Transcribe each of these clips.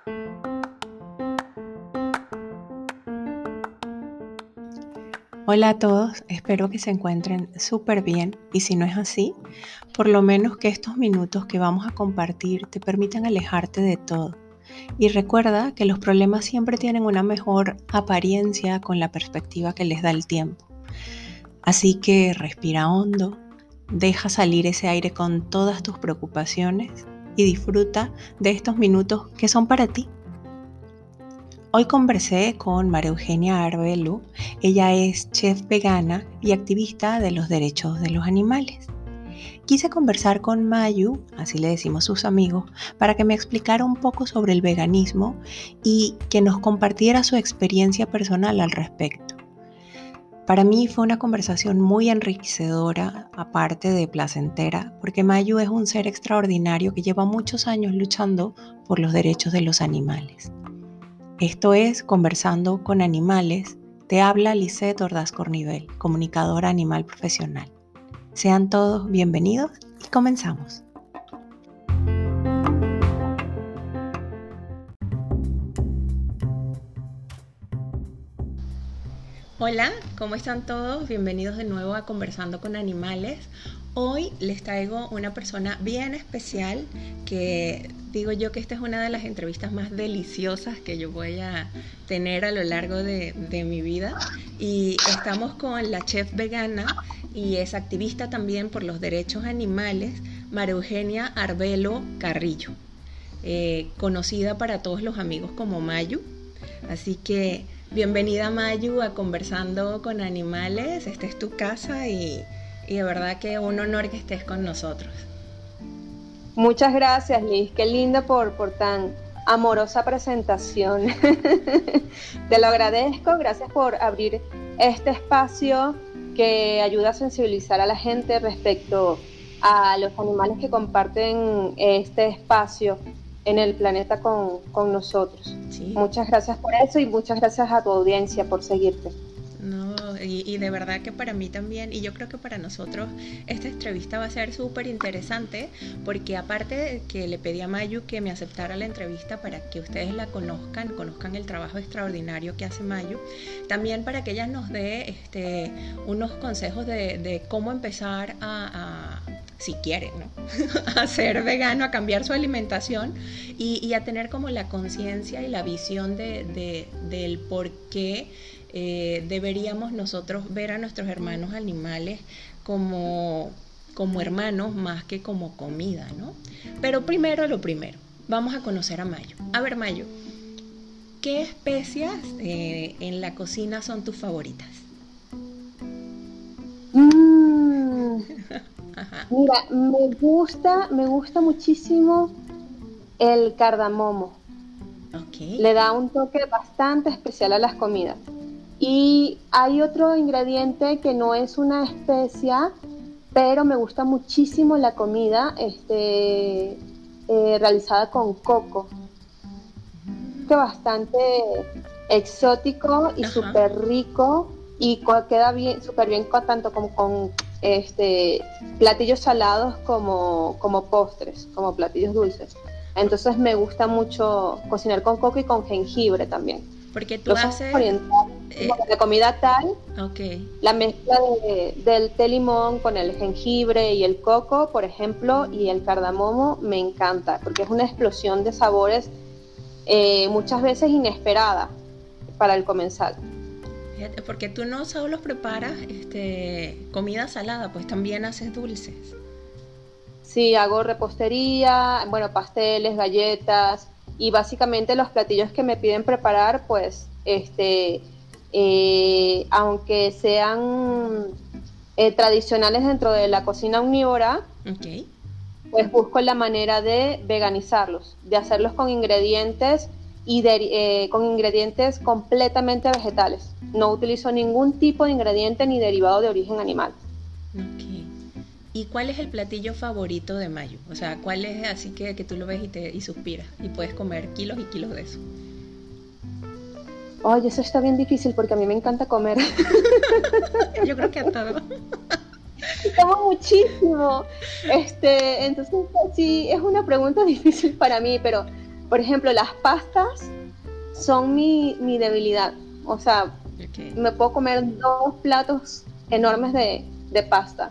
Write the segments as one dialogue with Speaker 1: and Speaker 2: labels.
Speaker 1: Hola a todos, espero que se encuentren súper bien y si no es así, por lo menos que estos minutos que vamos a compartir te permitan alejarte de todo. Y recuerda que los problemas siempre tienen una mejor apariencia con la perspectiva que les da el tiempo. Así que respira hondo, deja salir ese aire con todas tus preocupaciones y disfruta de estos minutos que son para ti. Hoy conversé con María Eugenia Arbelo. Ella es chef vegana y activista de los derechos de los animales. Quise conversar con Mayu, así le decimos sus amigos, para que me explicara un poco sobre el veganismo y que nos compartiera su experiencia personal al respecto. Para mí fue una conversación muy enriquecedora, aparte de placentera, porque Mayu es un ser extraordinario que lleva muchos años luchando por los derechos de los animales. Esto es Conversando con Animales. Te habla Lisette Ordaz Cornivel, comunicadora animal profesional. Sean todos bienvenidos y comenzamos. Hola, ¿cómo están todos? Bienvenidos de nuevo a Conversando con Animales. Hoy les traigo una persona bien especial que digo yo que esta es una de las entrevistas más deliciosas que yo voy a tener a lo largo de mi vida. Y estamos con la chef vegana y es activista también por los derechos animales, María Eugenia Arbelo Carrillo, conocida para todos los amigos como Mayu. Así que bienvenida Mayu a Conversando con Animales. Esta es tu casa y de verdad que un honor que estés con nosotros.
Speaker 2: Muchas gracias, Liz. Qué linda por tan amorosa presentación. Te lo agradezco. Gracias por abrir este espacio que ayuda a sensibilizar a la gente respecto a los animales que comparten este espacio en el planeta con nosotros. Sí. Muchas gracias por eso y muchas gracias a tu audiencia por seguirte.
Speaker 1: No, y de verdad que para mí también, y yo creo que para nosotros esta entrevista va a ser súper interesante, porque aparte de que le pedí a Mayu que me aceptara la entrevista para que ustedes la conozcan el trabajo extraordinario que hace Mayu, también para que ella nos dé unos consejos de cómo empezar si quieren, ¿no? A ser vegano, a cambiar su alimentación y a tener como la conciencia y la visión del por qué deberíamos nosotros ver a nuestros hermanos animales como hermanos más que como comida, ¿no? Pero primero lo primero, vamos a conocer a Mayu. A ver, Mayu, ¿qué especias en la cocina son tus favoritas?
Speaker 2: Mira, me gusta muchísimo el cardamomo. Okay. Le da un toque bastante especial a las comidas. Y hay otro ingrediente que no es una especia, pero me gusta muchísimo la comida realizada con coco. Que bastante exótico y súper rico y queda bien, súper bien tanto como con platillos salados como postres, como platillos dulces. Entonces me gusta mucho cocinar con coco y con jengibre también.
Speaker 1: Porque tú haces
Speaker 2: de comida Thai,
Speaker 1: okay.
Speaker 2: La mezcla del té limón con el jengibre y el coco, por ejemplo, y el cardamomo me encanta porque es una explosión de sabores muchas veces inesperada para el comensal.
Speaker 1: Fíjate, porque tú no solo preparas comida salada, pues también haces dulces.
Speaker 2: Sí, hago repostería, pasteles, galletas. Y básicamente los platillos que me piden preparar, pues, aunque sean tradicionales dentro de la cocina omnívora, okay, pues busco la manera de veganizarlos, de hacerlos con ingredientes con ingredientes completamente vegetales. No utilizo ningún tipo de ingrediente ni derivado de origen animal.
Speaker 1: Okay. ¿Y cuál es el platillo favorito de Mayu? O sea, ¿cuál es así que tú lo ves y suspiras y puedes comer kilos y kilos de eso?
Speaker 2: Oye, eso está bien difícil porque a mí me encanta comer.
Speaker 1: Yo creo que a todos.
Speaker 2: Como muchísimo. Entonces, sí, es una pregunta difícil para mí, pero Por ejemplo, las pastas son mi debilidad. O sea, me puedo comer 2 platos enormes de pasta.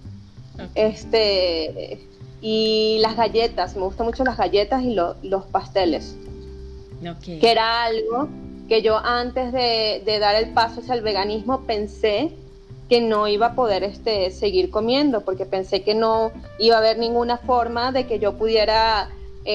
Speaker 2: Y las galletas, me gustan mucho las galletas y los pasteles. Que era algo que yo antes de dar el paso hacia el veganismo pensé que no iba a poder seguir comiendo, porque pensé que no iba a haber ninguna forma de que yo pudiera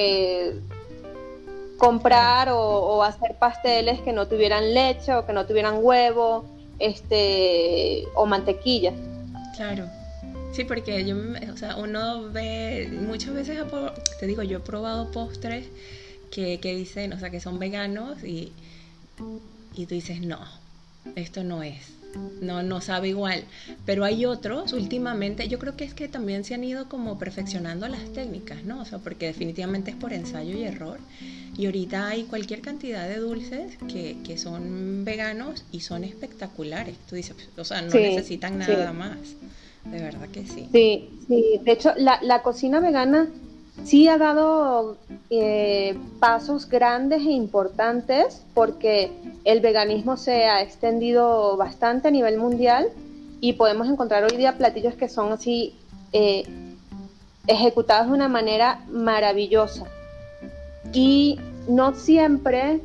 Speaker 2: comprar o hacer pasteles que no tuvieran leche o que no tuvieran huevo o mantequilla.
Speaker 1: Claro. Sí, porque uno ve muchas veces, te digo, yo he probado postres que dicen, o sea, que son veganos y tú dices, no, esto no es, no sabe igual. Pero hay otros, últimamente, yo creo que es que también se han ido como perfeccionando las técnicas, ¿no? O sea, porque definitivamente es por ensayo y error. Y ahorita hay cualquier cantidad de dulces que son veganos y son espectaculares. Tú dices, o sea, no necesitan nada más. De verdad que sí.
Speaker 2: Sí. De hecho, la cocina vegana sí ha dado pasos grandes e importantes, porque el veganismo se ha extendido bastante a nivel mundial y podemos encontrar hoy día platillos que son así ejecutados de una manera maravillosa. Y no siempre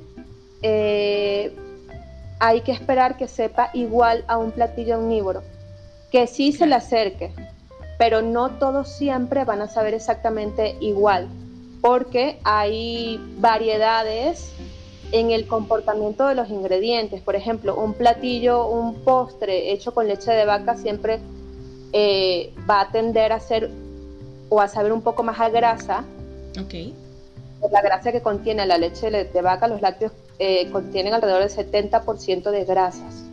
Speaker 2: hay que esperar que sepa igual a un platillo omnívoro, que sí se le acerque, pero no todos siempre van a saber exactamente igual, porque hay variedades en el comportamiento de los ingredientes. Por ejemplo, un platillo, un postre hecho con leche de vaca siempre va a tender a ser o a saber un poco más a grasa.
Speaker 1: Okay.
Speaker 2: La grasa que contiene la leche de vaca, los lácteos contienen alrededor del 70% de grasas.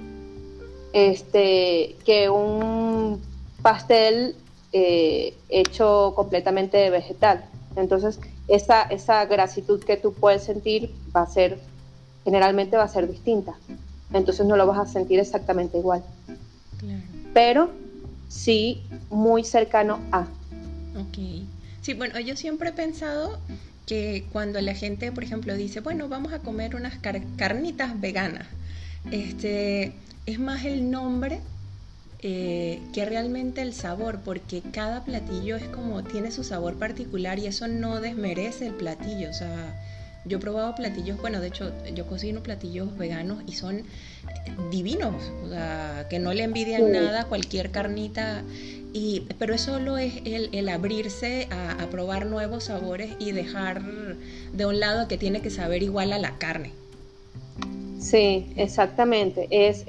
Speaker 2: Que un pastel hecho completamente vegetal. Entonces, esa grasitud que tú puedes sentir generalmente va a ser distinta. Entonces no lo vas a sentir exactamente igual.
Speaker 1: Claro.
Speaker 2: Pero sí muy cercano a.
Speaker 1: Ok. Sí, bueno, yo siempre he pensado que cuando la gente, por ejemplo, dice, bueno, vamos a comer unas carnitas veganas, es más el nombre que realmente el sabor, porque cada platillo es como, tiene su sabor particular y eso no desmerece el platillo. O sea, yo he probado platillos, bueno, de hecho yo cocino platillos veganos y son divinos, o sea, que no le envidian nada a cualquier carnita, pero eso solo es el abrirse a probar nuevos sabores y dejar de un lado que tiene que saber igual a la carne.
Speaker 2: Sí, exactamente, es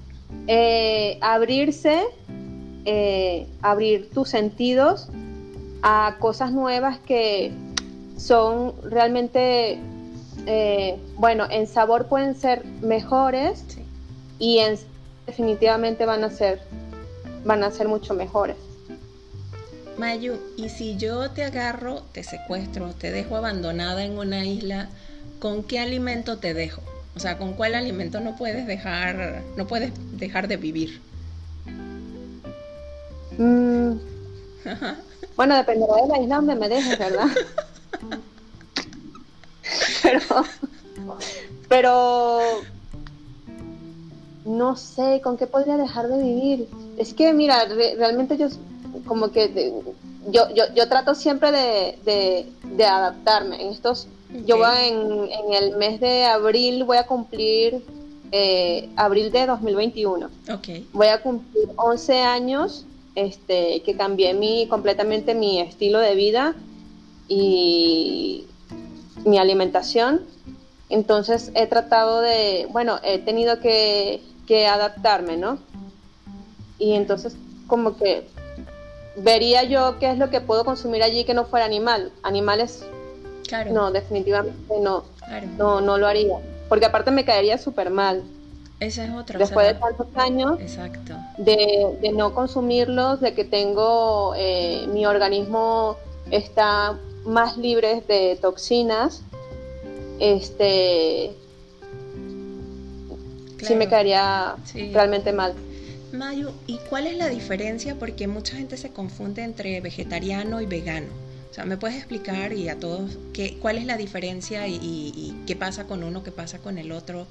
Speaker 2: abrirse, abrir tus sentidos a cosas nuevas que son realmente, bueno, en sabor pueden ser mejores, sí, y definitivamente van a ser mucho mejores.
Speaker 1: Mayu, ¿y si yo te agarro, te secuestro, te dejo abandonada en una isla, con qué alimento te dejo? O sea, ¿con cuál alimento no puedes dejar de vivir?
Speaker 2: Bueno, dependerá de la isla donde me dejes, ¿verdad? pero no sé, ¿con qué podría dejar de vivir? Es que, mira, realmente yo como que yo trato siempre de adaptarme. Okay. Yo voy en el mes de abril, voy a cumplir abril de 2021.
Speaker 1: Okay.
Speaker 2: Voy a cumplir 11 años que cambié completamente mi estilo de vida y mi alimentación. Entonces he tratado he tenido que adaptarme, ¿no? Y entonces como que vería yo qué es lo que puedo consumir allí que no fuera animales.
Speaker 1: Claro.
Speaker 2: No, definitivamente no.
Speaker 1: Claro.
Speaker 2: No lo haría, porque aparte me caería súper mal.
Speaker 1: Esa es otra.
Speaker 2: Después de tantos años.
Speaker 1: Exacto.
Speaker 2: De no consumirlos, de que tengo mi organismo está más libre de toxinas, sí me caería realmente mal.
Speaker 1: Mayu, ¿y cuál es la diferencia? Porque mucha gente se confunde entre vegetariano y vegano. O sea, ¿me puedes explicar y a todos cuál es la diferencia y qué pasa con uno, qué pasa con el otro?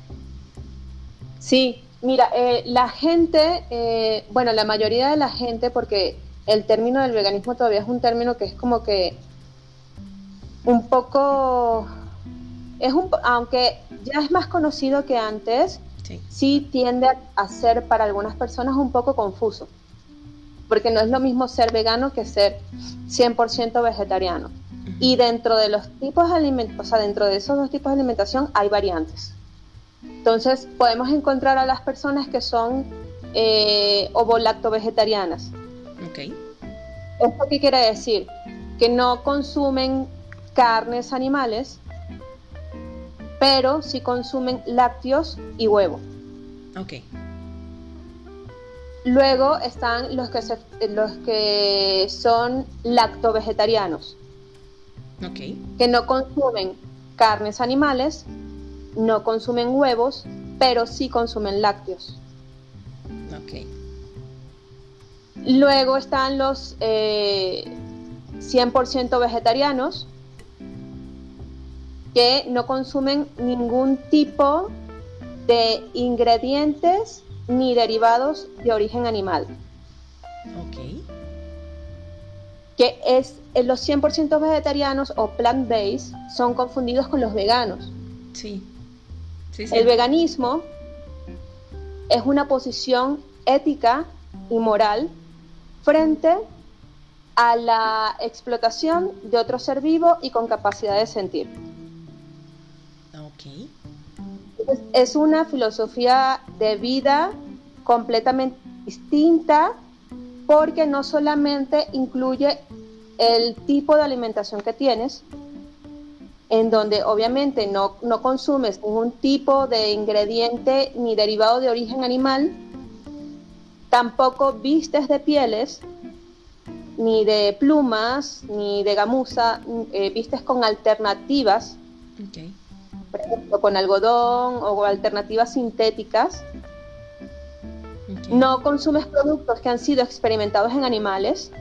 Speaker 2: Sí, mira, la gente, bueno, la mayoría de la gente, porque el término del veganismo todavía es un término que es como que un poco, aunque ya es más conocido que antes, sí tiende a ser para algunas personas un poco confuso, porque no es lo mismo ser vegano que ser 100% vegetariano. Uh-huh. Y dentro de los tipos de alimentos, o sea, dentro de esos dos tipos de alimentación hay variantes. Entonces podemos encontrar a las personas que son ovo-lacto-vegetarianas.
Speaker 1: Okay.
Speaker 2: ¿Esto qué quiere decir? Que no consumen carnes animales, pero sí consumen lácteos y huevo.
Speaker 1: Okay.
Speaker 2: Luego están los que son lacto-vegetarianos.
Speaker 1: Okay.
Speaker 2: Que no consumen carnes animales, no consumen huevos, pero sí consumen lácteos.
Speaker 1: Okay.
Speaker 2: Luego están los 100% vegetarianos, que no consumen ningún tipo de ingredientes ni derivados de origen animal.
Speaker 1: Okay.
Speaker 2: Que los 100% vegetarianos o plant-based son confundidos con los veganos.
Speaker 1: Sí.
Speaker 2: El veganismo es una posición ética y moral frente a la explotación de otro ser vivo y con capacidad de sentir.
Speaker 1: Okay.
Speaker 2: Es una filosofía de vida completamente distinta, porque no solamente incluye el tipo de alimentación que tienes, en donde obviamente no consumes ningún tipo de ingrediente ni derivado de origen animal, tampoco vistes de pieles, ni de plumas, ni de gamuza, vistes con alternativas,
Speaker 1: okay.
Speaker 2: Por ejemplo, con algodón o alternativas sintéticas. Okay. No consumes productos que han sido experimentados en animales,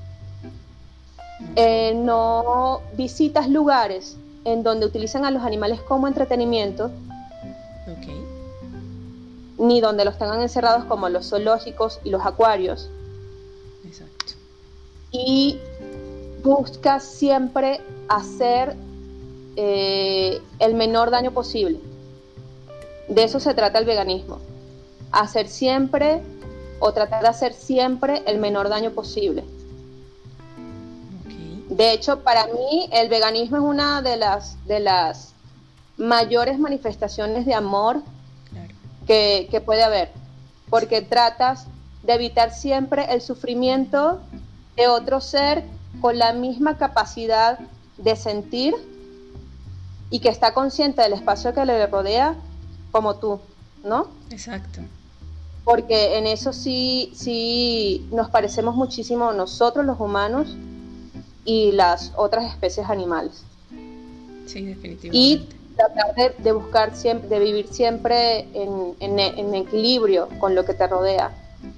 Speaker 2: no visitas lugares en donde utilizan a los animales como entretenimiento,
Speaker 1: okay.
Speaker 2: Ni donde los tengan encerrados como los zoológicos y los acuarios.
Speaker 1: Exacto.
Speaker 2: Y buscas siempre hacer el menor daño posible. De eso se trata el veganismo. Hacer siempre o tratar de hacer siempre el menor daño posible.
Speaker 1: Okay.
Speaker 2: De hecho, para mí el veganismo es una de las mayores manifestaciones de amor,
Speaker 1: claro,
Speaker 2: que puede haber, porque tratas de evitar siempre el sufrimiento de otro ser con la misma capacidad de sentir y que está consciente del espacio que le rodea como tú, ¿no?
Speaker 1: Exacto.
Speaker 2: Porque en eso sí nos parecemos muchísimo nosotros los humanos y las otras especies animales.
Speaker 1: Sí, definitivamente.
Speaker 2: Y tratar de buscar siempre, de vivir siempre en equilibrio con lo que te rodea,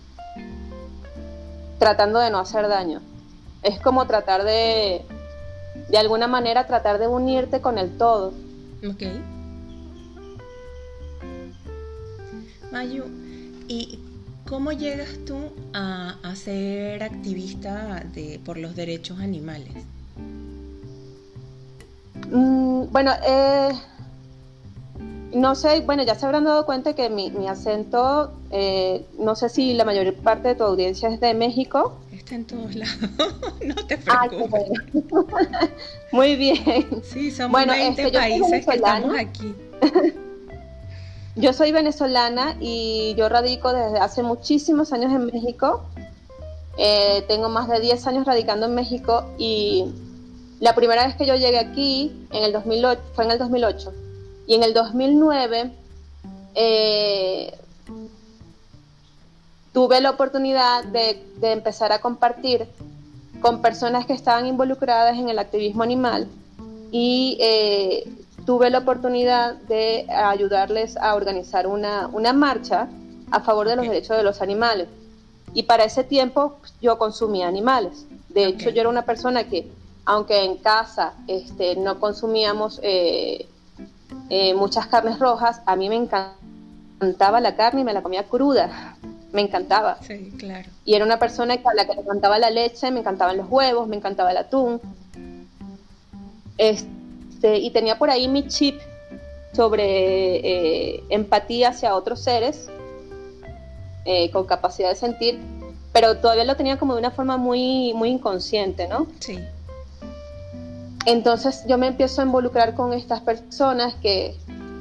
Speaker 2: tratando de no hacer daño. Es como tratar de alguna manera tratar de unirte con el todo.
Speaker 1: Ok. Mayu, ¿y cómo llegas tú a ser activista por los derechos animales?
Speaker 2: Bueno, no sé, bueno, ya se habrán dado cuenta que mi acento, no sé si la mayor parte de tu audiencia es de México.
Speaker 1: Está en todos lados, no te preocupes.
Speaker 2: Bueno. Muy bien.
Speaker 1: Sí, somos 20 países que estamos aquí.
Speaker 2: Yo soy venezolana y yo radico desde hace muchísimos años en México. Tengo más de 10 años radicando en México y la primera vez que yo llegué aquí fue en el 2008. Y en el 2009 tuve la oportunidad de empezar a compartir con personas que estaban involucradas en el activismo animal y tuve la oportunidad de ayudarles a organizar una marcha a favor de los derechos de los animales. Y para ese tiempo yo consumía animales. De hecho, yo era una persona que aunque en casa no consumíamos muchas carnes rojas, a mí me encantaba la carne y me la comía cruda, me encantaba.
Speaker 1: Sí, claro.
Speaker 2: Y era una persona a la que le encantaba la leche, me encantaban los huevos, me encantaba el atún. Y tenía por ahí mi chip sobre empatía hacia otros seres, con capacidad de sentir, pero todavía lo tenía como de una forma muy, muy inconsciente, ¿no?
Speaker 1: Sí.
Speaker 2: Entonces yo me empiezo a involucrar con estas personas que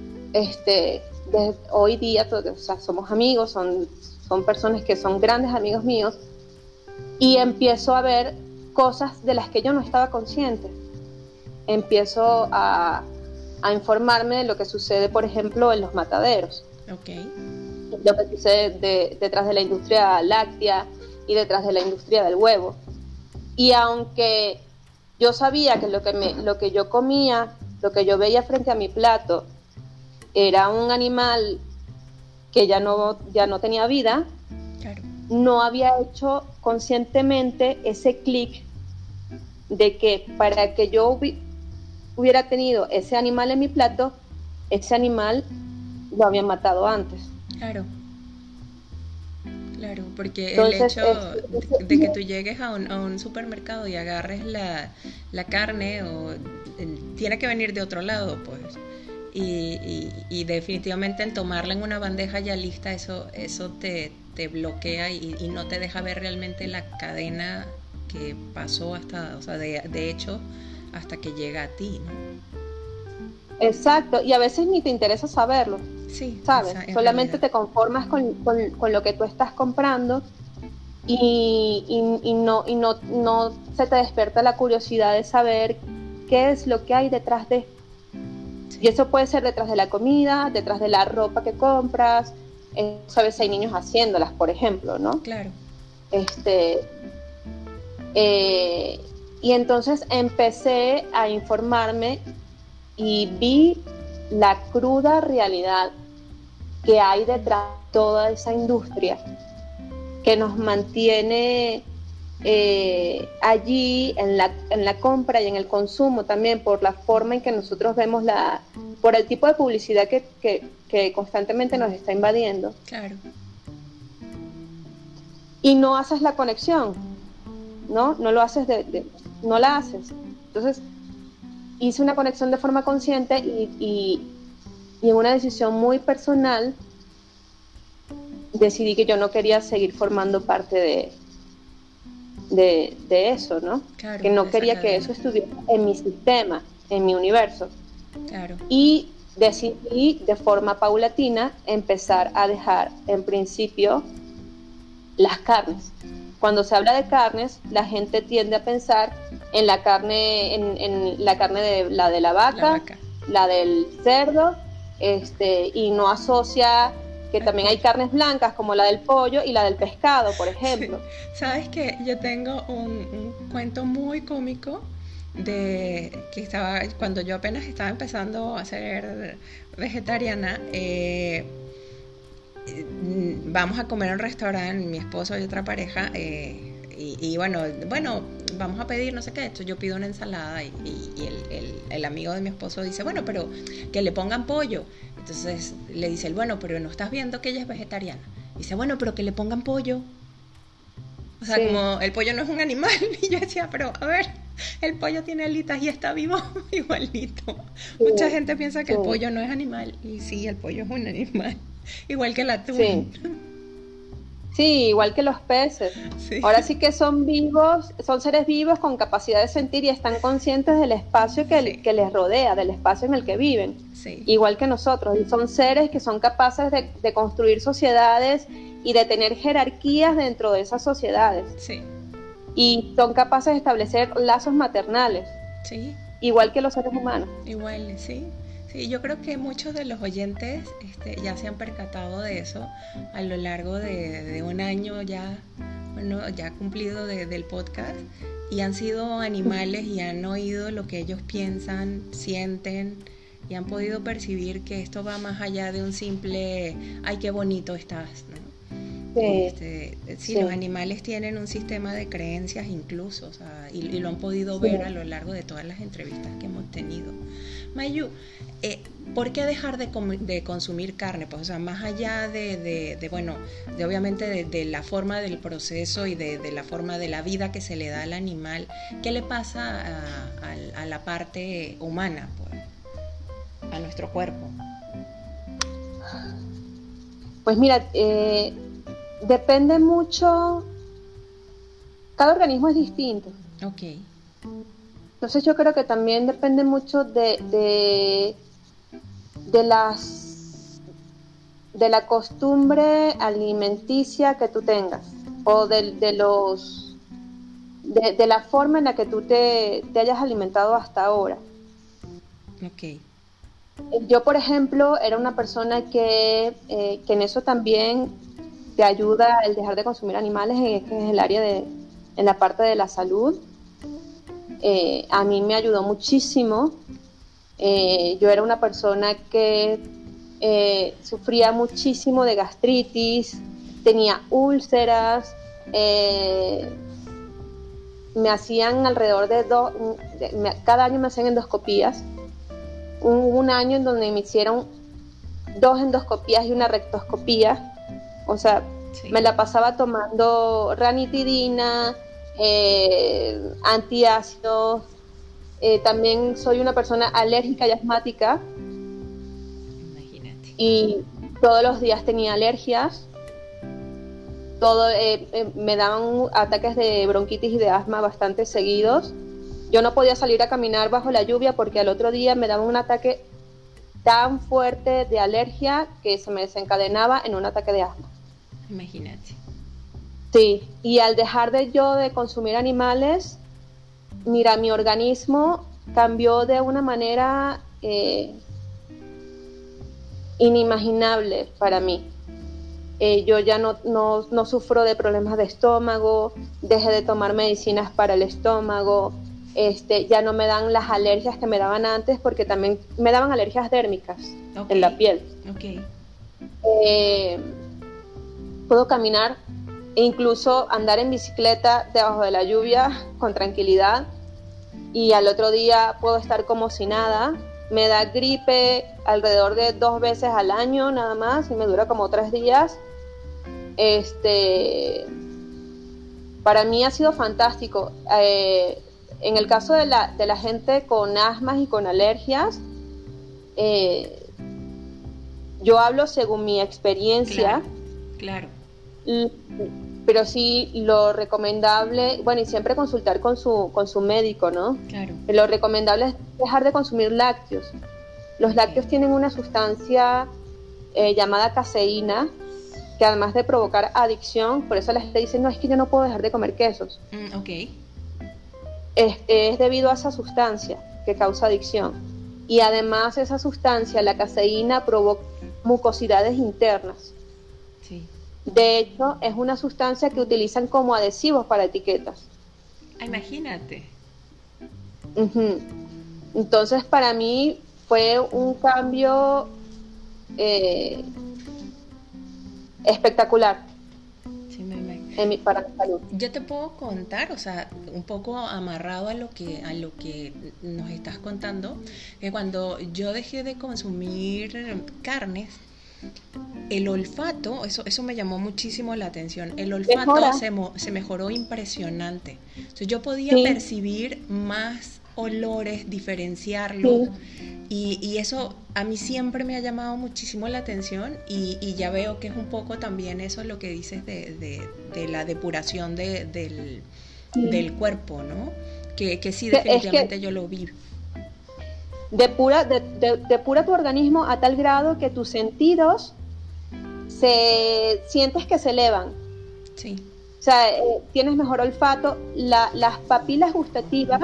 Speaker 2: hoy día, o sea, somos amigos, son personas que son grandes amigos míos, y empiezo a ver cosas de las que yo no estaba consciente. Empiezo a informarme de lo que sucede, por ejemplo, en los mataderos.
Speaker 1: Okay.
Speaker 2: Lo que sucede detrás de la industria láctea y detrás de la industria del huevo. Y aunque yo sabía que lo que yo comía, lo que yo veía frente a mi plato, era un animal que ya no tenía vida,
Speaker 1: claro,
Speaker 2: no había hecho conscientemente ese clic de que para que yo hubiera tenido ese animal en mi plato, ese animal lo habían matado antes.
Speaker 1: Claro. Claro, porque
Speaker 2: Entonces,
Speaker 1: el hecho de que tú llegues a un supermercado y agarres la carne, tiene que venir de otro lado, pues. Y definitivamente en tomarla en una bandeja ya lista, eso te bloquea y no te deja ver realmente la cadena que pasó hasta, o sea, de hecho, hasta que llega a ti, ¿no?
Speaker 2: Exacto, y a veces ni te interesa saberlo.
Speaker 1: Sí,
Speaker 2: ¿sabes? Solamente te conformas con lo que tú estás comprando y no se te despierta la curiosidad de saber qué es lo que hay detrás de. Sí. Y eso puede ser detrás de la comida, detrás de la ropa que compras. Sabes, hay niños haciéndolas, por ejemplo, ¿no?
Speaker 1: Claro.
Speaker 2: Y entonces empecé a informarme y vi la cruda realidad que hay detrás de toda esa industria que nos mantiene allí en la compra y en el consumo también, por la forma en que nosotros vemos por el tipo de publicidad que constantemente nos está invadiendo.
Speaker 1: Claro.
Speaker 2: Y no haces la conexión, no lo haces no la haces. Entonces hice una conexión de forma consciente y en una decisión muy personal decidí que yo no quería seguir formando parte de eso, ¿no?
Speaker 1: Claro,
Speaker 2: que no quería que eso estuviera en mi sistema, en mi universo.
Speaker 1: Claro.
Speaker 2: Y decidí de forma paulatina empezar a dejar en principio las carnes. Cuando se habla de carnes, la gente tiende a pensar en la carne, en la carne de la vaca, la del cerdo, y no asocia que también hay carnes blancas como la del pollo y la del pescado, por ejemplo.
Speaker 1: Sí. Sabes que yo tengo un cuento muy cómico de que cuando yo apenas estaba empezando a ser vegetariana. Vamos a comer a un restaurante, mi esposo y otra pareja, y bueno, vamos a pedir no sé qué. Yo pido una ensalada y el amigo de mi esposo dice, bueno, pero que le pongan pollo. Entonces le dice él, bueno, pero no estás viendo que ella es vegetariana. Dice, bueno, pero que le pongan pollo. O sea, sí, como el pollo no es un animal. Y yo decía, pero a ver, el pollo tiene alitas y está vivo igualito. Sí. Mucha gente piensa que el pollo no es animal. Y sí, el pollo es un animal. Igual que el atún.
Speaker 2: Sí, igual que los peces. Sí. Ahora sí que son vivos, son seres vivos con capacidad de sentir y están conscientes del espacio que les rodea, del espacio en el que viven.
Speaker 1: Sí.
Speaker 2: Igual que nosotros. Y son seres que son capaces de construir sociedades y de tener jerarquías dentro de esas sociedades.
Speaker 1: Sí.
Speaker 2: Y son capaces de establecer lazos maternales.
Speaker 1: Sí.
Speaker 2: Igual que los seres humanos.
Speaker 1: Igual, sí. Sí, yo creo que muchos de los oyentes ya se han percatado de eso a lo largo de un año ya cumplido del podcast, y han sido animales y han oído lo que ellos piensan, sienten, y han podido percibir que esto va más allá de un simple, ay, qué bonito estás, ¿no?
Speaker 2: Sí,
Speaker 1: Sí,
Speaker 2: sí.
Speaker 1: los animales tienen un sistema de creencias incluso, o sea, y lo han podido ver a lo largo de todas las entrevistas que hemos tenido. Mayu, ¿por qué dejar de consumir carne? Pues, o sea, más allá bueno, de obviamente de la forma del proceso y de la forma de la vida que se le da al animal, ¿qué le pasa a la parte humana, pues, a nuestro cuerpo?
Speaker 2: Pues mira, depende mucho, cada organismo es distinto.
Speaker 1: Ok,
Speaker 2: Entonces yo creo que también depende mucho de de la costumbre alimenticia que tú tengas o de la forma en la que tú te hayas alimentado hasta ahora.
Speaker 1: ok,
Speaker 2: Yo, por ejemplo, era una persona que en eso también te ayuda el dejar de consumir animales en el área en la parte de la salud. A mí me ayudó muchísimo. Yo era una persona que sufría muchísimo de gastritis, tenía úlceras, me hacían alrededor cada año me hacían endoscopías. Hubo un año en donde me hicieron 2 endoscopías y una rectoscopía. O sea,
Speaker 1: sí.
Speaker 2: me la pasaba tomando ranitidina, antiácidos. También soy una persona alérgica y asmática
Speaker 1: Imagínate.
Speaker 2: y todos los días tenía alergias. Me daban ataques de bronquitis y de asma bastante seguidos. Yo no podía salir a caminar bajo la lluvia porque al otro día me daba un ataque tan fuerte de alergia que se me desencadenaba en un ataque de asma.
Speaker 1: Imagínate.
Speaker 2: Sí, y al dejar de consumir animales, mira, mi organismo cambió de una manera inimaginable para mí. Yo ya no sufro de problemas de estómago, dejé de tomar medicinas para el estómago, ya no me dan las alergias que me daban antes porque también me daban alergias dérmicas en la piel.
Speaker 1: Ok.
Speaker 2: Puedo caminar e incluso andar en bicicleta debajo de la lluvia con tranquilidad y al otro día puedo estar como si nada. Me da gripe alrededor de 2 veces al año nada más y me dura como 3 días. Para mí ha sido fantástico. En el caso de la gente con asmas y con alergias, yo hablo según mi experiencia.
Speaker 1: Claro.
Speaker 2: Pero sí lo recomendable, bueno, y siempre consultar con su médico, ¿no?
Speaker 1: Claro.
Speaker 2: Lo recomendable es dejar de consumir lácteos. Los lácteos tienen una sustancia llamada caseína, que además de provocar adicción, por eso la gente dice, no, es que yo no puedo dejar de comer quesos.
Speaker 1: Ok.
Speaker 2: Es debido a esa sustancia que causa adicción. Y además esa sustancia, la caseína, provoca mucosidades internas.
Speaker 1: Sí.
Speaker 2: De hecho, es una sustancia que utilizan como adhesivos para etiquetas.
Speaker 1: Imagínate.
Speaker 2: Uh-huh. Entonces, para mí fue un cambio espectacular para mi salud.
Speaker 1: Yo te puedo contar, o sea, un poco amarrado a lo que nos estás contando, que cuando yo dejé de consumir carnes, el olfato, eso me llamó muchísimo la atención. El olfato se mejoró impresionante. Entonces yo podía percibir más olores, diferenciarlos. Y eso a mí siempre me ha llamado muchísimo la atención y ya veo que es un poco también eso lo que dices de la depuración del cuerpo, ¿no? Que sí, definitivamente yo lo vi.
Speaker 2: Depura tu organismo a tal grado que tus sentidos sientes que se elevan.
Speaker 1: Sí.
Speaker 2: O sea, tienes mejor olfato, las papilas gustativas,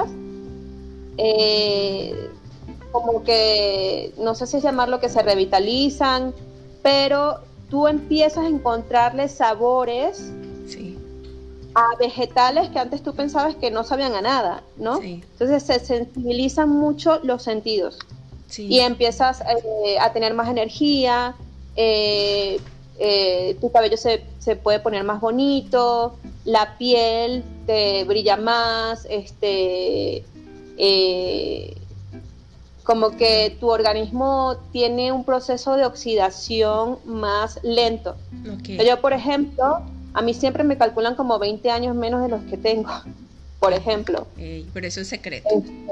Speaker 2: como que, no sé si llamarlo que se revitalizan, pero tú empiezas a encontrarle sabores a vegetales que antes tú pensabas que no sabían a nada, ¿no?
Speaker 1: Sí.
Speaker 2: Entonces se sensibilizan mucho los sentidos y empiezas a tener más energía, tu cabello se puede poner más bonito, la piel te brilla más, como que tu organismo tiene un proceso de oxidación más lento.
Speaker 1: Okay.
Speaker 2: Yo, por ejemplo, a mí siempre me calculan como 20 años menos de los que tengo, por ejemplo.
Speaker 1: Pero eso es secreto.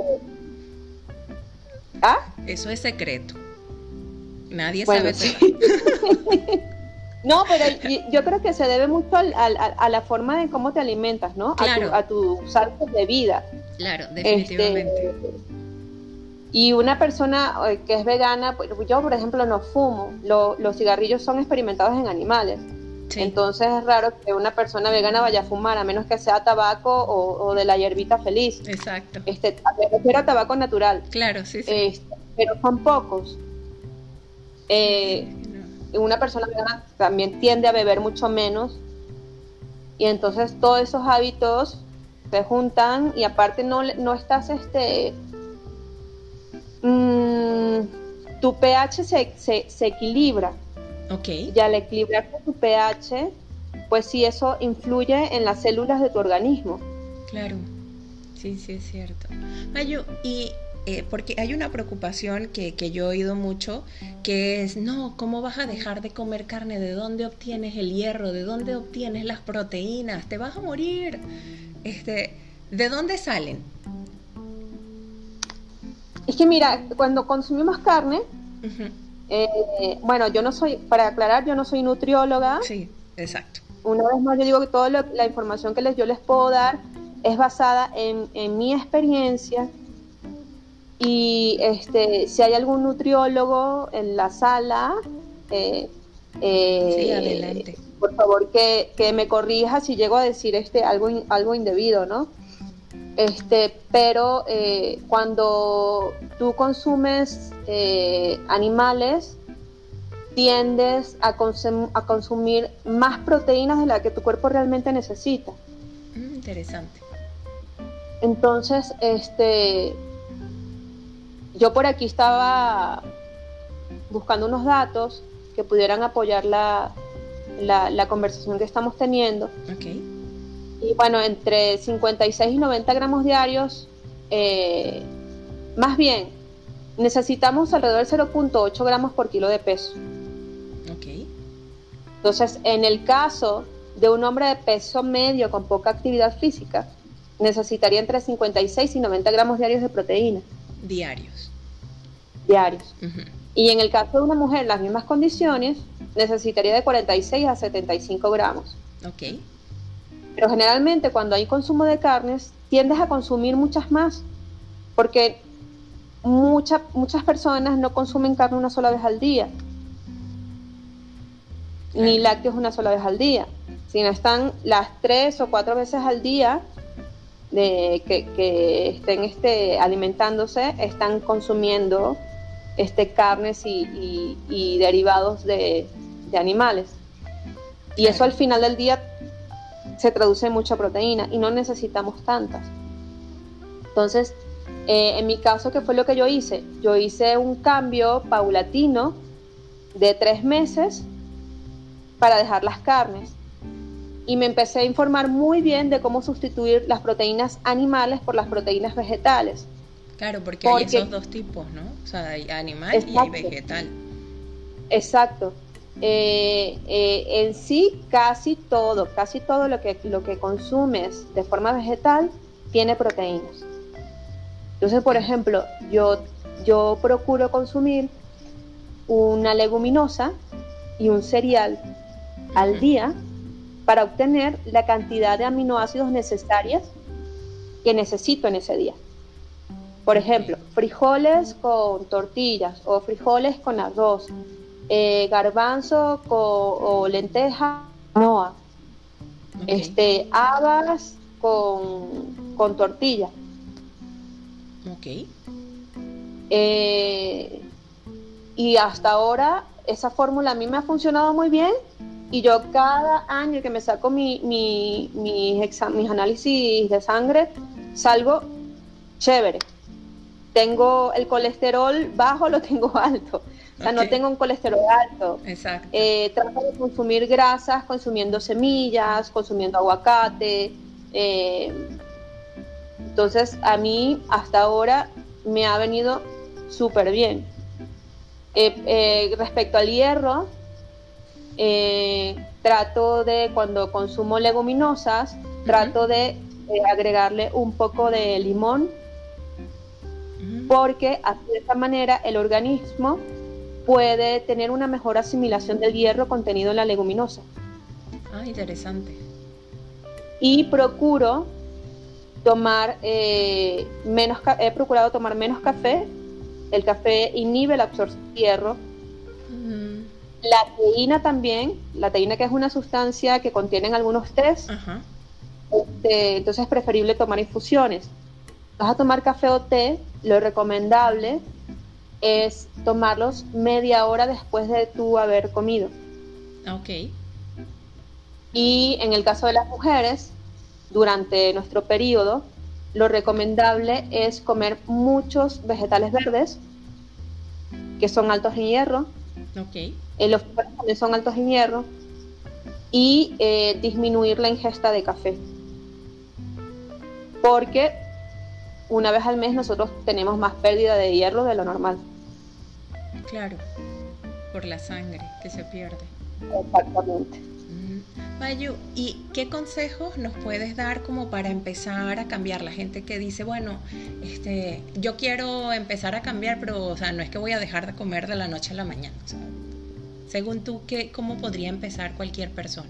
Speaker 2: ¿Ah?
Speaker 1: Eso es secreto. Nadie
Speaker 2: bueno,
Speaker 1: sabe.
Speaker 2: Sí. No, pero yo creo que se debe mucho a la forma de cómo te alimentas, ¿no?
Speaker 1: Claro.
Speaker 2: A tus hábitos de vida.
Speaker 1: Claro, definitivamente.
Speaker 2: Y una persona que es vegana, pues yo, por ejemplo, no fumo. Los cigarrillos son experimentados en animales. Sí. Entonces es raro que una persona vegana vaya a fumar, a menos que sea tabaco o de la hierbita feliz.
Speaker 1: Exacto.
Speaker 2: Me refiero a tabaco natural.
Speaker 1: Claro, sí, sí.
Speaker 2: Pero son pocos. Una persona vegana también tiende a beber mucho menos. Y entonces todos esos hábitos se juntan y aparte no estás tu pH se equilibra.
Speaker 1: Okay.
Speaker 2: Y al equilibrarse tu pH, pues sí, eso influye en las células de tu organismo.
Speaker 1: Claro, sí, sí es cierto. Mayu, y porque hay una preocupación que yo he oído mucho, que es, no, ¿cómo vas a dejar de comer carne? ¿De dónde obtienes el hierro? ¿De dónde obtienes las proteínas? ¿Te vas a morir? ¿De dónde salen?
Speaker 2: Es que mira, cuando consumimos carne, bueno, yo no soy, para aclarar, yo no soy nutrióloga.
Speaker 1: Sí, exacto.
Speaker 2: Una vez más yo digo que toda la información que yo les puedo dar es basada en mi experiencia y si hay algún nutriólogo en la sala,
Speaker 1: sí, adelante.
Speaker 2: Por favor que me corrija si llego a decir algo indebido, ¿no? Pero cuando tú consumes animales, tiendes a consumir más proteínas de las que tu cuerpo realmente necesita.
Speaker 1: Interesante.
Speaker 2: Entonces, yo por aquí estaba buscando unos datos que pudieran apoyar la conversación que estamos teniendo.
Speaker 1: Okay.
Speaker 2: Y bueno, entre 56 y 90 gramos diarios, más bien, necesitamos alrededor de 0.8 gramos por kilo de peso.
Speaker 1: Okay.
Speaker 2: Entonces, en el caso de un hombre de peso medio con poca actividad física, necesitaría entre 56 y 90 gramos diarios de proteína.
Speaker 1: Diarios.
Speaker 2: Uh-huh. Y en el caso de una mujer en las mismas condiciones, necesitaría de 46 a 75 gramos.
Speaker 1: Okay.
Speaker 2: Pero generalmente cuando hay consumo de carnes, tiendes a consumir muchas más, porque muchas personas no consumen carne una sola vez al día, ni lácteos una sola vez al día, sino están las 3 o 4 veces al día que estén alimentándose, están consumiendo carnes y derivados de animales. Y eso al final del día se traduce en mucha proteína y no necesitamos tantas. Entonces, en mi caso, ¿qué fue lo que yo hice? Yo hice un cambio paulatino de 3 meses para dejar las carnes y me empecé a informar muy bien de cómo sustituir las proteínas animales por las proteínas vegetales.
Speaker 1: Claro, porque hay esos dos tipos, ¿no? O sea, hay animal. Exacto. Y hay vegetal.
Speaker 2: Exacto. En sí, casi todo lo que consumes de forma vegetal tiene proteínas. Entonces, por ejemplo, yo procuro consumir una leguminosa y un cereal al día para obtener la cantidad de aminoácidos necesarias que necesito en ese día. Por ejemplo, frijoles con tortillas o frijoles con arroz, garbanzo o lenteja, quinoa, habas con tortilla.
Speaker 1: Okay.
Speaker 2: Y hasta ahora esa fórmula a mí me ha funcionado muy bien y yo cada año que me saco mis análisis de sangre salgo chévere. Tengo el colesterol bajo, lo tengo alto, O sea, no
Speaker 1: Ok.
Speaker 2: tenga un colesterol alto.
Speaker 1: Exacto.
Speaker 2: Trata de consumir grasas, consumiendo semillas, consumiendo aguacate. eh, entonces, a mí hasta ahora me ha venido súper bien. Respecto al hierro, trato de, cuando consumo leguminosas,
Speaker 1: Ujú.
Speaker 2: trato de agregarle un poco de limón,
Speaker 1: Mm.
Speaker 2: porque así de esta manera el organismo puede tener una mejor asimilación del hierro contenido en la leguminosa.
Speaker 1: Ah, interesante.
Speaker 2: Y procuro tomar he procurado tomar menos café. El café inhibe la absorción de hierro.
Speaker 1: Mm.
Speaker 2: La teína también, la teína, que es una sustancia que contienen algunos tés,
Speaker 1: Ajá.
Speaker 2: entonces es preferible tomar infusiones. Vas a tomar café o té, lo recomendable es tomarlos media hora después de tú haber comido.
Speaker 1: Ok.
Speaker 2: Y en el caso de las mujeres, durante nuestro periodo, lo recomendable es comer muchos vegetales verdes, que son altos en hierro.
Speaker 1: Ok.
Speaker 2: Los frijoles también son altos en hierro. Y disminuir la ingesta de café, porque una vez al mes nosotros tenemos más pérdida de hierro de lo normal.
Speaker 1: Claro. Por la sangre que se pierde.
Speaker 2: Exactamente.
Speaker 1: Mayu, ¿y qué consejos nos puedes dar como para empezar a cambiar? La gente que dice, bueno, yo quiero empezar a cambiar, pero, o sea, no es que voy a dejar de comer de la noche a la mañana. O sea, según tú, ¿cómo podría empezar cualquier persona?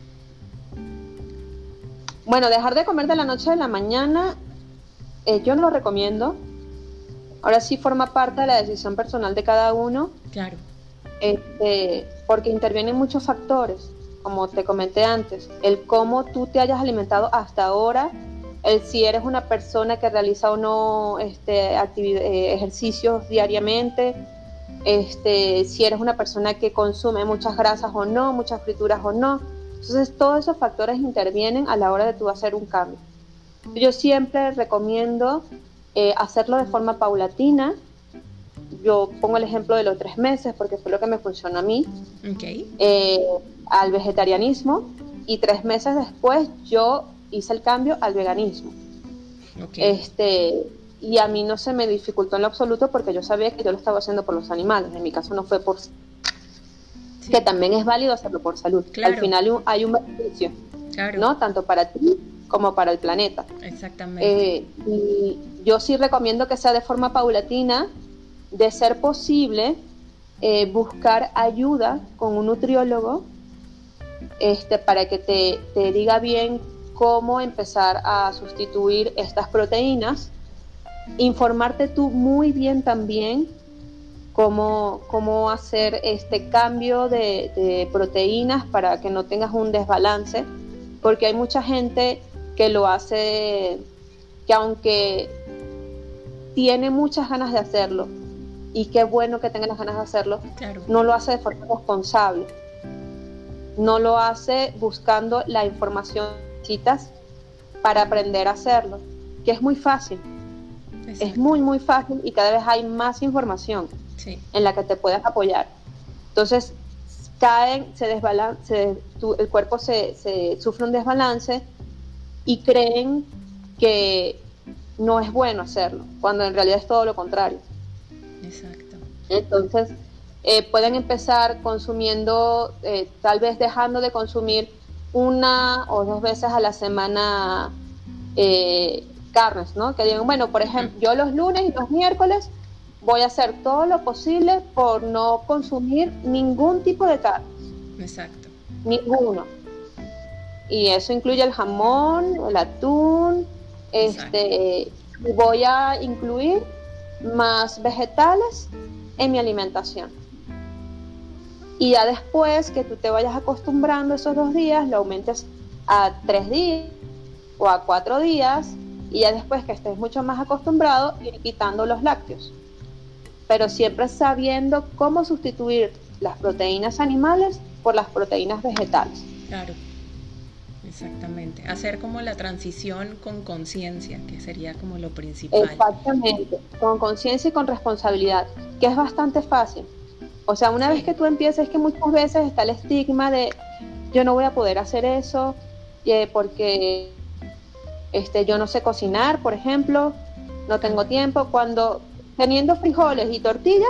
Speaker 2: Bueno, dejar de comer de la noche a la mañana, yo no lo recomiendo. Ahora sí forma parte de la decisión personal de cada uno,
Speaker 1: Claro.
Speaker 2: porque intervienen muchos factores, como te comenté antes, el cómo tú te hayas alimentado hasta ahora, el si eres una persona que realiza o no ejercicios diariamente, si eres una persona que consume muchas grasas o no, muchas frituras o no. Entonces todos esos factores intervienen a la hora de tú hacer un cambio. Yo siempre recomiendo hacerlo de forma paulatina. Yo pongo el ejemplo de los 3 meses porque fue lo que me funcionó a mí,
Speaker 1: Ok.
Speaker 2: eh, al vegetarianismo, y 3 meses después yo hice el cambio al veganismo.
Speaker 1: Ok.
Speaker 2: Y a mí no se me dificultó en lo absoluto porque yo sabía que yo lo estaba haciendo por los animales. En mi caso no fue por...
Speaker 1: Sí.
Speaker 2: Que también es válido hacerlo por salud.
Speaker 1: Claro.
Speaker 2: Al final hay un beneficio,
Speaker 1: Claro.
Speaker 2: ¿no? Tanto para ti como para el planeta.
Speaker 1: Exactamente.
Speaker 2: Y yo sí recomiendo que sea de forma paulatina, de ser posible, buscar ayuda con un nutriólogo, para que te diga bien cómo empezar a sustituir estas proteínas. Informarte tú muy bien también cómo hacer este cambio de proteínas para que no tengas un desbalance, porque hay mucha gente que lo hace, que aunque tiene muchas ganas de hacerlo, y qué bueno que tenga las ganas de hacerlo,
Speaker 1: Claro.
Speaker 2: no lo hace de forma responsable, no lo hace buscando la información que necesitas para aprender a hacerlo, que es muy fácil.
Speaker 1: Exacto.
Speaker 2: Es muy, muy fácil, y cada vez hay más información
Speaker 1: Sí.
Speaker 2: en la que te puedes apoyar. Entonces, el cuerpo sufre un desbalance y creen que no es bueno hacerlo, cuando en realidad es todo lo contrario.
Speaker 1: Exacto.
Speaker 2: Entonces, pueden empezar consumiendo, tal vez dejando de consumir 1 o 2 veces a la semana carnes, ¿no? Que digan, bueno, por ejemplo, yo los lunes y los miércoles voy a hacer todo lo posible por no consumir ningún tipo de carne.
Speaker 1: Exacto.
Speaker 2: Ninguno. Y eso incluye el jamón, el atún, y voy a incluir más vegetales en mi alimentación. Y ya después que tú te vayas acostumbrando esos 2 días, lo aumentes a 3 días o a 4 días, y ya después que estés mucho más acostumbrado, ir quitando los lácteos. Pero siempre sabiendo cómo sustituir las proteínas animales por las proteínas vegetales.
Speaker 1: Claro. Exactamente. Hacer como la transición con conciencia, que sería como lo principal.
Speaker 2: Exactamente, con conciencia y con responsabilidad, que es bastante fácil. O sea, una vez que tú empiezas, es que muchas veces está el estigma de yo no voy a poder hacer eso porque yo no sé cocinar, por ejemplo, no tengo tiempo. Cuando teniendo frijoles y tortillas,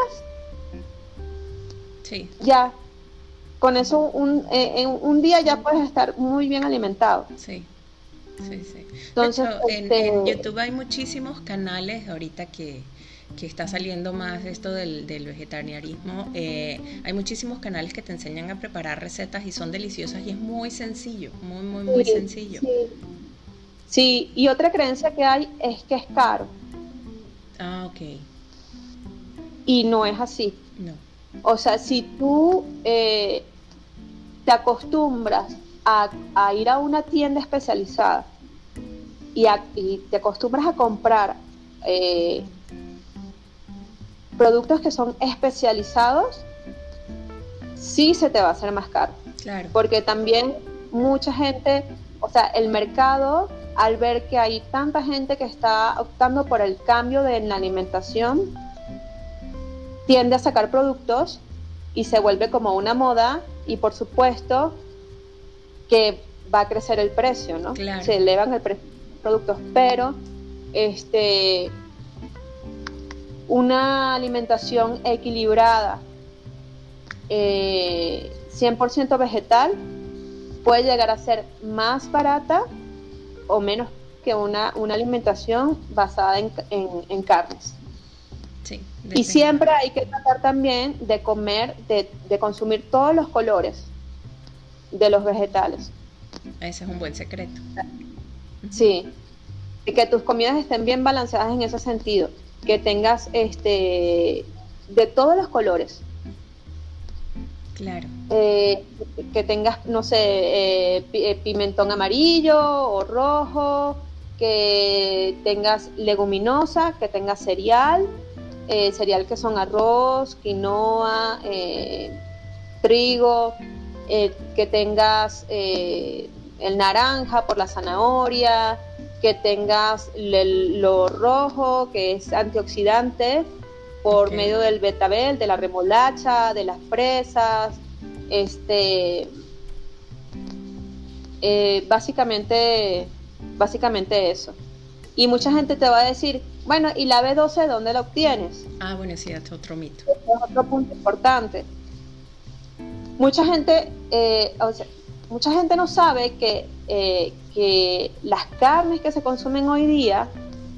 Speaker 3: sí,
Speaker 2: ya con eso en un día ya puedes estar muy bien alimentado.
Speaker 3: sí. Sí, sí.
Speaker 2: Entonces,
Speaker 3: De hecho, en YouTube hay muchísimos canales ahorita que está saliendo más esto del vegetarianismo. Hay muchísimos canales que te enseñan a preparar recetas y son deliciosas y es muy sencillo, muy
Speaker 2: sí,
Speaker 3: sencillo.
Speaker 2: Sí. Sí, y otra creencia que hay es que es caro.
Speaker 3: Ah, ok.
Speaker 2: Y no es así.
Speaker 3: No.
Speaker 2: O sea, si tú te acostumbras a ir a una tienda especializada y te acostumbras a comprar productos que son especializados, sí se te va a hacer más caro.
Speaker 3: Claro.
Speaker 2: Porque también mucha gente, o sea, el mercado, al ver que hay tanta gente que está optando por el cambio de la alimentación, tiende a sacar productos y se vuelve como una moda y por supuesto que va a crecer el precio, ¿no?
Speaker 3: Claro.
Speaker 2: Se elevan el precio de los productos, pero una alimentación equilibrada, 100% vegetal, puede llegar a ser más barata o menos que una alimentación basada en carnes.
Speaker 3: Sí,
Speaker 2: y siempre hay que tratar también de comer, de consumir todos los colores de los vegetales.
Speaker 3: Ese es un buen secreto.
Speaker 2: Sí, y que tus comidas estén bien balanceadas en ese sentido, que tengas de todos los colores.
Speaker 3: Claro.
Speaker 2: Que tengas, no sé, pimentón amarillo o rojo, que tengas leguminosa, que tengas cereal que son arroz, quinoa, trigo, que tengas el naranja por la zanahoria, que tengas lo rojo, que es antioxidante, por medio del betabel, de la remolacha, de las fresas, básicamente eso. Y mucha gente te va a decir, bueno, ¿y la B12 dónde la obtienes?
Speaker 3: Ah, bueno, sí, es otro mito.
Speaker 2: Es otro punto importante. Mucha gente no sabe que las carnes que se consumen hoy día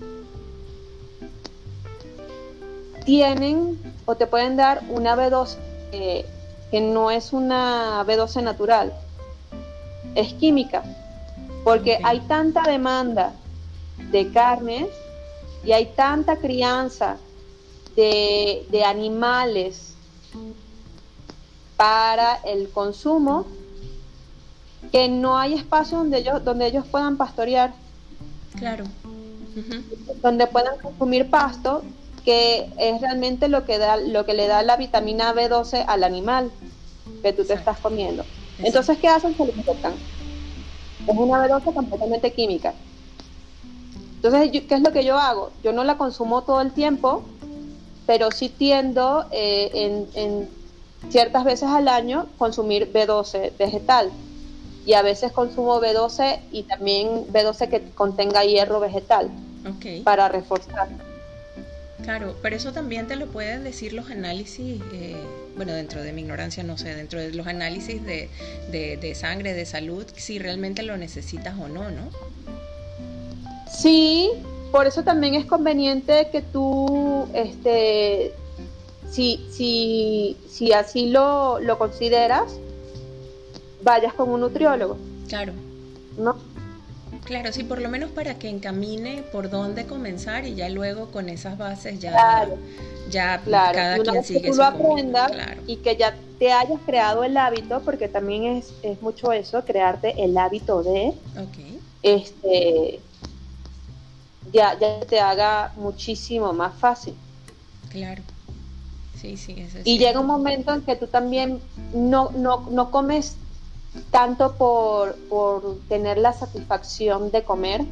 Speaker 2: tienen o te pueden dar una B12 que no es una B12 natural, es química, porque hay tanta demanda de carnes y hay tanta crianza de animales para el consumo que no hay espacio donde ellos puedan pastorear.
Speaker 3: Claro.
Speaker 2: Donde puedan consumir pasto, que es realmente lo que le da la vitamina B12 al animal que tú te estás comiendo. Entonces, ¿qué hacen? Se lo inyectan. Es una B12 completamente química. Entonces, ¿qué es lo que yo hago? Yo no la consumo todo el tiempo, pero sí tiendo en ciertas veces al año consumir B12 vegetal. Y a veces consumo B12 y también B12 que contenga hierro vegetal para reforzar.
Speaker 3: Claro, pero eso también te lo pueden decir los análisis, bueno, dentro de mi ignorancia, no sé, dentro de los análisis de sangre, de salud, si realmente lo necesitas o no, ¿no?
Speaker 2: Sí, por eso también es conveniente que tú, si así lo consideras, vayas con un nutriólogo.
Speaker 3: Claro.
Speaker 2: ¿No?
Speaker 3: Claro, sí, por lo menos para que encamine por dónde comenzar y ya luego con esas bases ya,
Speaker 2: claro.
Speaker 3: Cada
Speaker 2: y una
Speaker 3: quien
Speaker 2: vez
Speaker 3: sigue
Speaker 2: que tú
Speaker 3: su
Speaker 2: lo aprendas,
Speaker 3: claro.
Speaker 2: Y que ya te hayas creado el hábito, porque también es mucho eso, crearte el hábito de, ya te haga muchísimo más fácil.
Speaker 3: Claro. Sí, eso es
Speaker 2: y
Speaker 3: cierto.
Speaker 2: llega un momento en que tú también no comes tanto por tener la satisfacción de comer,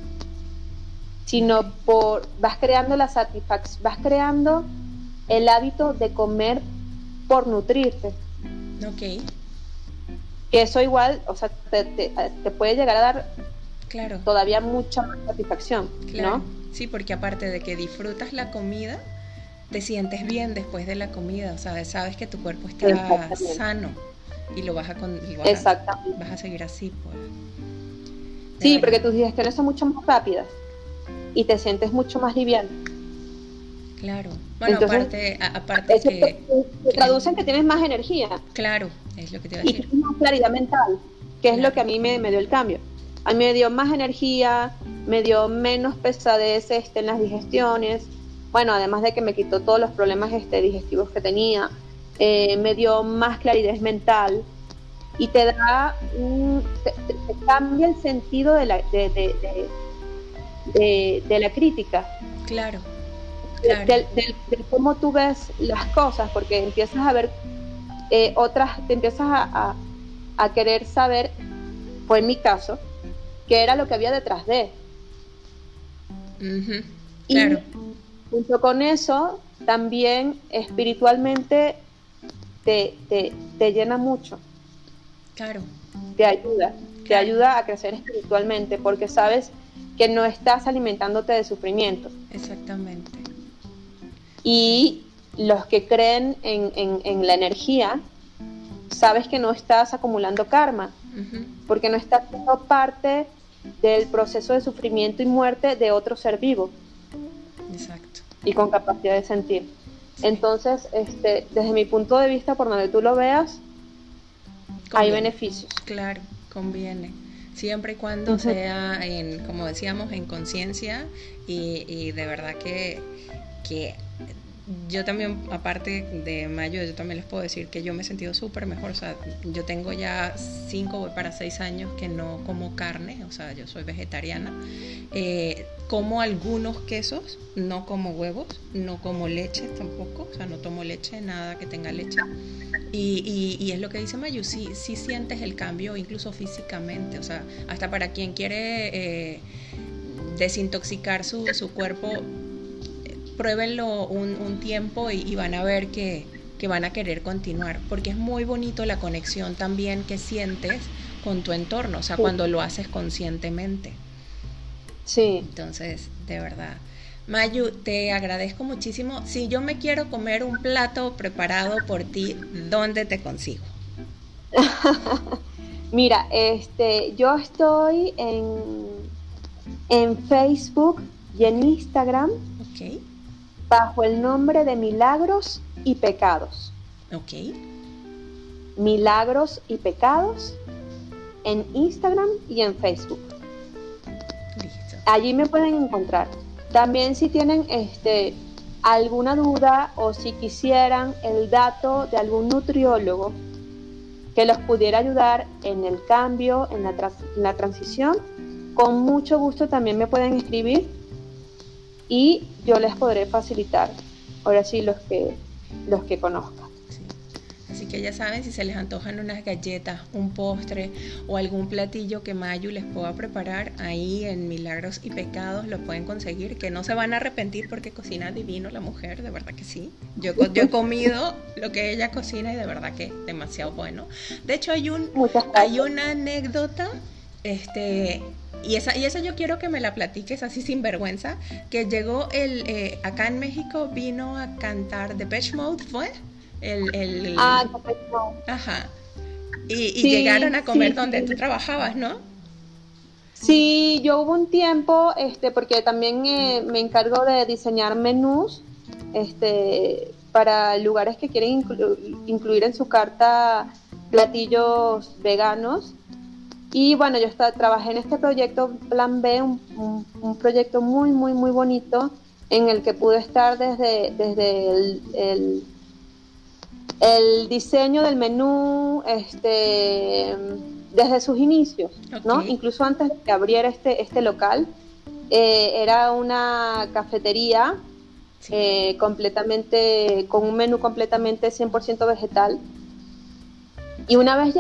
Speaker 2: sino vas creando el hábito de comer por nutrirte.
Speaker 3: Ok.
Speaker 2: Que eso igual, o sea, te puede llegar a dar
Speaker 3: Claro.
Speaker 2: todavía mucha más satisfacción,
Speaker 3: Claro.
Speaker 2: ¿no?
Speaker 3: Sí, porque aparte de que disfrutas la comida, te sientes bien después de la comida, o sea, sabes que tu cuerpo está sano y lo vas a,
Speaker 2: Exactamente.
Speaker 3: vas a seguir así, pues.
Speaker 2: Sí, porque tus digestiones son mucho más rápidas y te sientes mucho más liviano.
Speaker 3: Claro. Bueno, entonces, aparte
Speaker 2: te traducen que tienes más energía.
Speaker 3: Claro, es lo que te iba a decir.
Speaker 2: Y más claridad mental, que es lo que a mí me dio el cambio. A mí me dio más energía, me dio menos pesadez en las digestiones. Bueno, además de que me quitó todos los problemas digestivos que tenía, me dio más claridad mental y te da te cambia el sentido de la crítica.
Speaker 3: Claro.
Speaker 2: De cómo tú ves las cosas, porque empiezas a ver otras, te empiezas a querer saber, fue en mi caso, qué era lo que había detrás de.
Speaker 3: Uh-huh. Claro.
Speaker 2: Y junto con eso, también espiritualmente te llena mucho.
Speaker 3: Claro.
Speaker 2: Te ayuda a crecer espiritualmente, porque sabes que no estás alimentándote de sufrimiento.
Speaker 3: Exactamente.
Speaker 2: Y los que creen en la energía, sabes que no estás acumulando karma, uh-huh, porque no estás siendo parte del proceso de sufrimiento y muerte de otro ser vivo.
Speaker 3: Exacto.
Speaker 2: Y con capacidad de sentir. Sí. Entonces, desde mi punto de vista, por donde tú lo veas, conviene. Hay beneficios.
Speaker 3: Claro, conviene. Siempre y cuando, uh-huh, sea, como decíamos, en conciencia y de verdad que yo también, aparte de Mayo, yo también les puedo decir que yo me he sentido súper mejor. O sea, yo tengo ya 5, voy para 6 años que no como carne, o sea, yo soy vegetariana. Como algunos quesos, no como huevos, no como leche tampoco, o sea, no tomo leche, nada que tenga leche. Y es lo que dice Mayu, sí sientes el cambio, incluso físicamente, o sea, hasta para quien quiere desintoxicar su cuerpo, pruébenlo un tiempo y van a ver que van a querer continuar, porque es muy bonito la conexión también que sientes con tu entorno, o sea, sí, cuando lo haces conscientemente.
Speaker 2: Sí.
Speaker 3: Entonces, de verdad, Mayu, te agradezco muchísimo. Si yo me quiero comer un plato preparado por ti, ¿dónde te consigo?
Speaker 2: Mira, yo estoy en Facebook y en Instagram.
Speaker 3: Ok.
Speaker 2: Bajo el nombre de Milagros y Pecados.
Speaker 3: Ok.
Speaker 2: Milagros y Pecados en Instagram y en Facebook.
Speaker 3: Listo.
Speaker 2: Allí me pueden encontrar. También si tienen alguna duda o si quisieran el dato de algún nutriólogo que los pudiera ayudar en el cambio, en la transición, con mucho gusto también me pueden escribir y yo les podré facilitar, ahora sí, los que conozcan.
Speaker 3: Sí. Así que ya saben, si se les antojan unas galletas, un postre o algún platillo que Mayu les pueda preparar, ahí en Milagros y Pecados lo pueden conseguir, que no se van a arrepentir porque cocina divino la mujer, de verdad que sí. Yo he comido lo que ella cocina y de verdad que es demasiado bueno. De hecho, hay una anécdota, y esa yo quiero que me la platiques así sin vergüenza, que llegó acá en México, vino a cantar Depeche Mode, ¿fue?
Speaker 2: Depeche Mode.
Speaker 3: Ajá. Y sí, llegaron a comer donde tú trabajabas, ¿no?
Speaker 2: Sí, yo hubo un tiempo, porque también me encargo de diseñar menús, para lugares que quieren incluir en su carta platillos veganos. Y bueno, yo trabajé en este proyecto Plan B, un proyecto muy, muy, muy bonito, en el que pude estar desde el diseño del menú, desde sus inicios, okay, ¿no? Incluso antes de que abriera este local, era una cafetería, sí, completamente, con un menú completamente 100% vegetal. Y una vez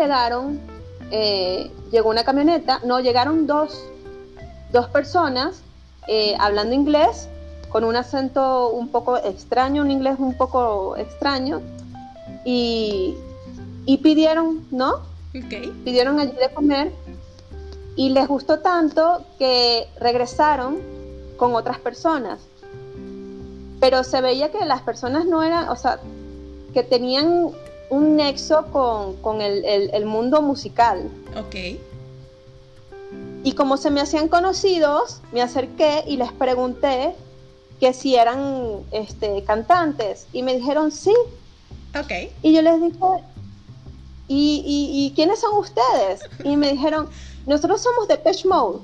Speaker 2: llegó una camioneta, llegaron dos personas hablando inglés, con un acento un poco extraño, un inglés un poco extraño, y pidieron, ¿no?
Speaker 3: Okay.
Speaker 2: Pidieron allí de comer y les gustó tanto que regresaron con otras personas. Pero se veía que las personas no eran, o sea, que tenían un nexo con el mundo musical.
Speaker 3: Ok.
Speaker 2: Y como se me hacían conocidos, me acerqué y les pregunté que si eran cantantes. Y me dijeron sí.
Speaker 3: Ok.
Speaker 2: Y yo les dije, ¿y quiénes son ustedes? Y me dijeron, nosotros somos Depeche Mode.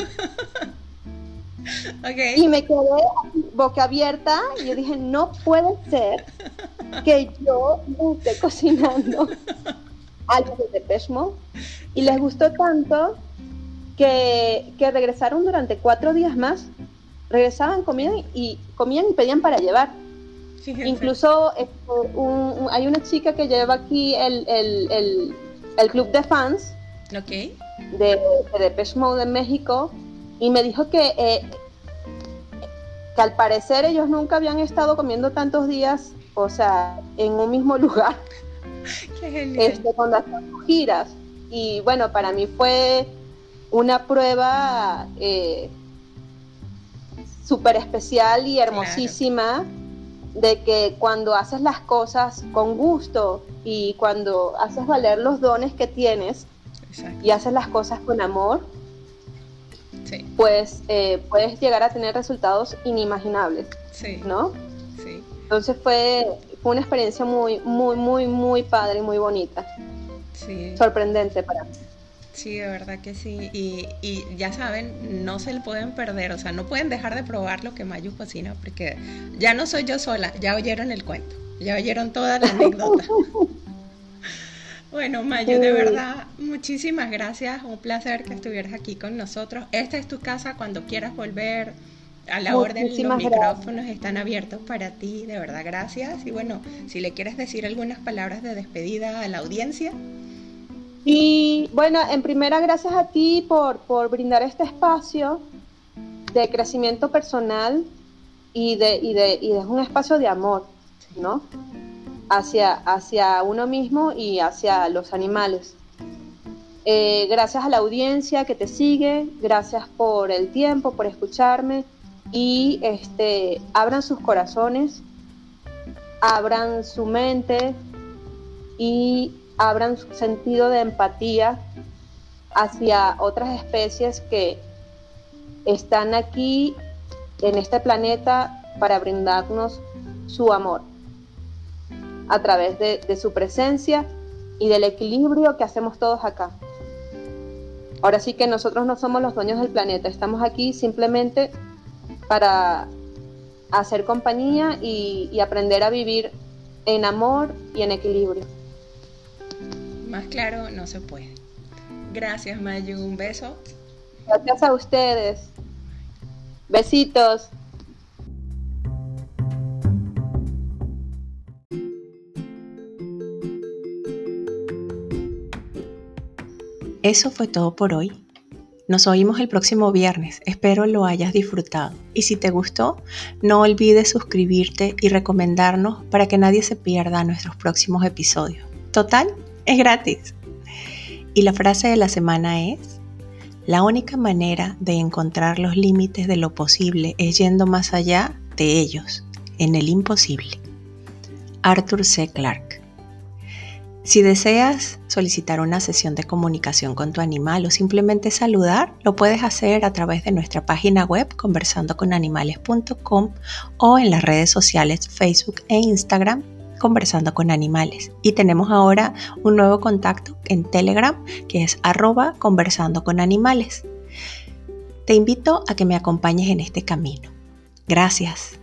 Speaker 3: Okay.
Speaker 2: Y me quedé boca abierta y yo dije, no puede ser que yo esté cocinando algo de Depeche Mode. Y les gustó tanto que regresaron durante 4 días más. Regresaban, comían y pedían para llevar.
Speaker 3: Fíjense.
Speaker 2: Incluso hay una chica que lleva aquí el club de fans
Speaker 3: Okay.
Speaker 2: de Depeche Mode en México, y me dijo que al parecer ellos nunca habían estado comiendo tantos días, o sea, en un mismo lugar.
Speaker 3: Qué genial.
Speaker 2: Cuando hacían giras. Y bueno, para mí fue una prueba súper especial y hermosísima, de que cuando haces las cosas con gusto y cuando haces valer los dones que tienes,
Speaker 3: exacto,
Speaker 2: y haces las cosas con amor,
Speaker 3: sí,
Speaker 2: pues puedes llegar a tener resultados inimaginables,
Speaker 3: sí,
Speaker 2: ¿no?
Speaker 3: sí.
Speaker 2: Entonces fue una experiencia muy, muy, muy, muy padre y muy bonita.
Speaker 3: Sí.
Speaker 2: Sorprendente para mí.
Speaker 3: Sí, de verdad que sí. Y ya saben, no se le pueden perder, o sea, no pueden dejar de probar lo que Mayu cocina, porque ya no soy yo sola, ya oyeron el cuento, ya oyeron toda la anécdota. Bueno, Mayu, de verdad, muchísimas gracias, un placer que estuvieras aquí con nosotros. Esta es tu casa, cuando quieras volver, a la orden, los micrófonos están abiertos para ti, de verdad, gracias. Y bueno, si le quieres decir algunas palabras de despedida a la audiencia.
Speaker 2: Y bueno, en primera, gracias a ti por brindar este espacio de crecimiento personal y de un espacio de amor, ¿no? Hacia uno mismo y hacia los animales. Gracias a la audiencia que te sigue, gracias por el tiempo, por escucharme, y abran sus corazones, abran su mente y abran su sentido de empatía hacia otras especies que están aquí en este planeta para brindarnos su amor a través de su presencia y del equilibrio que hacemos todos acá. Ahora sí que nosotros no somos los dueños del planeta, estamos aquí simplemente para hacer compañía y aprender a vivir en amor y en equilibrio.
Speaker 3: Más claro no se puede. Gracias, Mayu, un beso.
Speaker 2: Gracias a ustedes. Besitos.
Speaker 1: Eso fue todo por hoy. Nos oímos el próximo viernes, espero lo hayas disfrutado. Y si te gustó, no olvides suscribirte y recomendarnos para que nadie se pierda nuestros próximos episodios. Total, es gratis. Y la frase de la semana es: la única manera de encontrar los límites de lo posible es yendo más allá de ellos, en el imposible. Arthur C. Clarke. Si deseas solicitar una sesión de comunicación con tu animal o simplemente saludar, lo puedes hacer a través de nuestra página web conversandoconanimales.com o en las redes sociales Facebook e Instagram Conversando con Animales. Y tenemos ahora un nuevo contacto en Telegram que es @conversandoconanimales. Te invito a que me acompañes en este camino. Gracias.